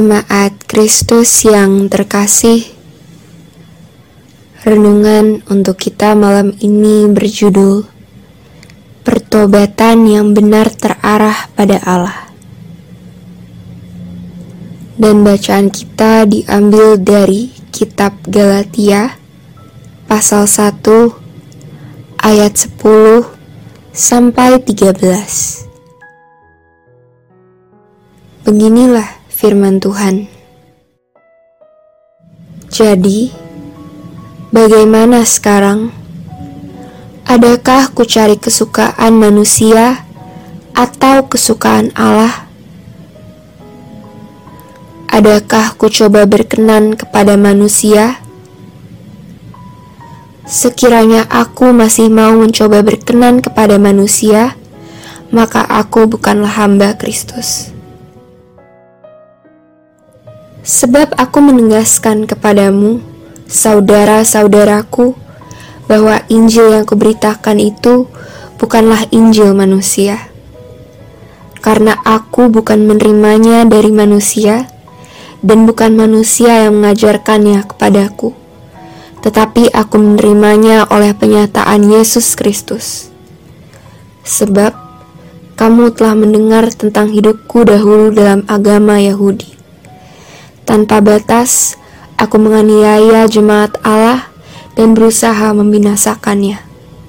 Jemaat Kristus yang terkasih, renungan untuk kita malam ini berjudul Pertobatan yang benar terarah pada Allah. Dan bacaan kita diambil dari kitab Galatia pasal 1 ayat 10 sampai 13. Beginilah firman Tuhan. Jadi, bagaimana sekarang? Adakah ku cari kesukaan manusia atau kesukaan Allah? Adakah ku coba berkenan kepada manusia? Sekiranya aku masih mau mencoba berkenan kepada manusia, maka aku bukanlah hamba Kristus. Sebab aku menegaskan kepadamu, saudara-saudaraku, bahwa Injil yang kuberitakan itu bukanlah Injil manusia. Karena aku bukan menerimanya dari manusia, dan bukan manusia yang mengajarkannya kepadaku, tetapi aku menerimanya oleh penyataan Yesus Kristus. Sebab kamu telah mendengar tentang hidupku dahulu dalam agama Yahudi. Tanpa batas, aku menganiaya jemaat Allah dan berusaha membinasakannya.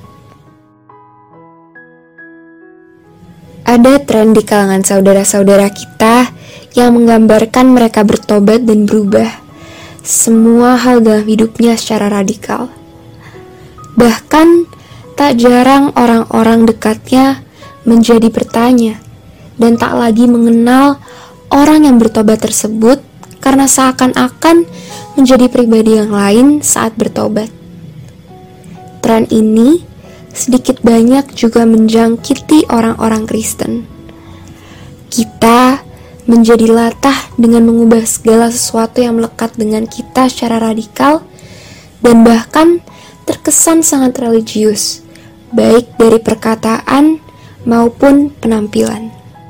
Ada tren di kalangan saudara-saudara kita yang menggambarkan mereka bertobat dan berubah semua hal dalam hidupnya secara radikal. Bahkan, tak jarang orang-orang dekatnya menjadi bertanya dan tak lagi mengenal orang yang bertobat tersebut karena seakan-akan menjadi pribadi yang lain saat bertobat. Tren ini sedikit banyak juga menjangkiti orang-orang Kristen. Kita menjadi latah dengan mengubah segala sesuatu yang melekat dengan kita secara radikal dan bahkan terkesan sangat religius, baik dari perkataan maupun penampilan.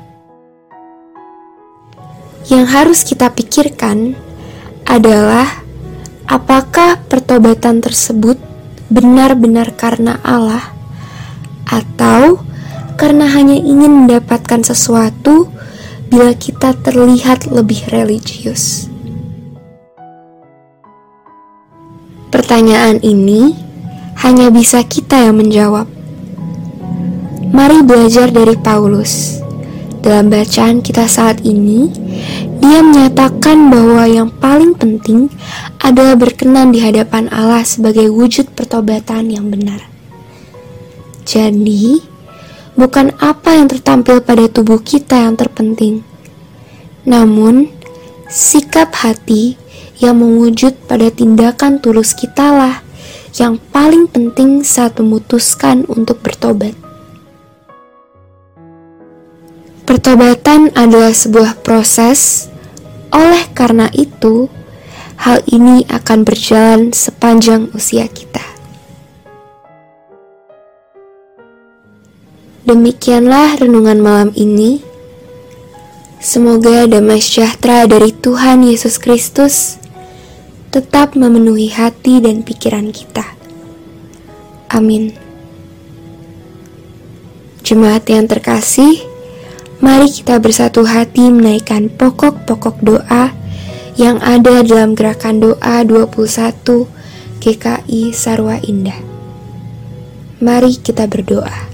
Yang harus kita pikirkan adalah apakah pertobatan tersebut benar-benar karena Allah atau karena hanya ingin mendapatkan sesuatu bila kita terlihat lebih religius. Pertanyaan ini hanya bisa kita yang menjawab. Mari belajar dari Paulus. Dalam bacaan kita saat ini, dia menyatakan bahwa yang paling penting adalah berkenan di hadapan Allah sebagai wujud pertobatan yang benar. Jadi, bukan apa yang tertampil pada tubuh kita yang terpenting, namun sikap hati yang mewujud pada tindakan tulus kita lah yang paling penting saat memutuskan untuk bertobat. Pertobatan adalah sebuah proses, oleh karena itu, hal ini akan berjalan sepanjang usia kita. Demikianlah renungan malam ini. Semoga damai sejahtera dari Tuhan Yesus Kristus tetap memenuhi hati dan pikiran kita. Amin. Jemaat yang terkasih, mari kita bersatu hati menaikkan pokok-pokok doa yang ada dalam gerakan doa 21 GKI Sarwa Indah. Mari kita berdoa.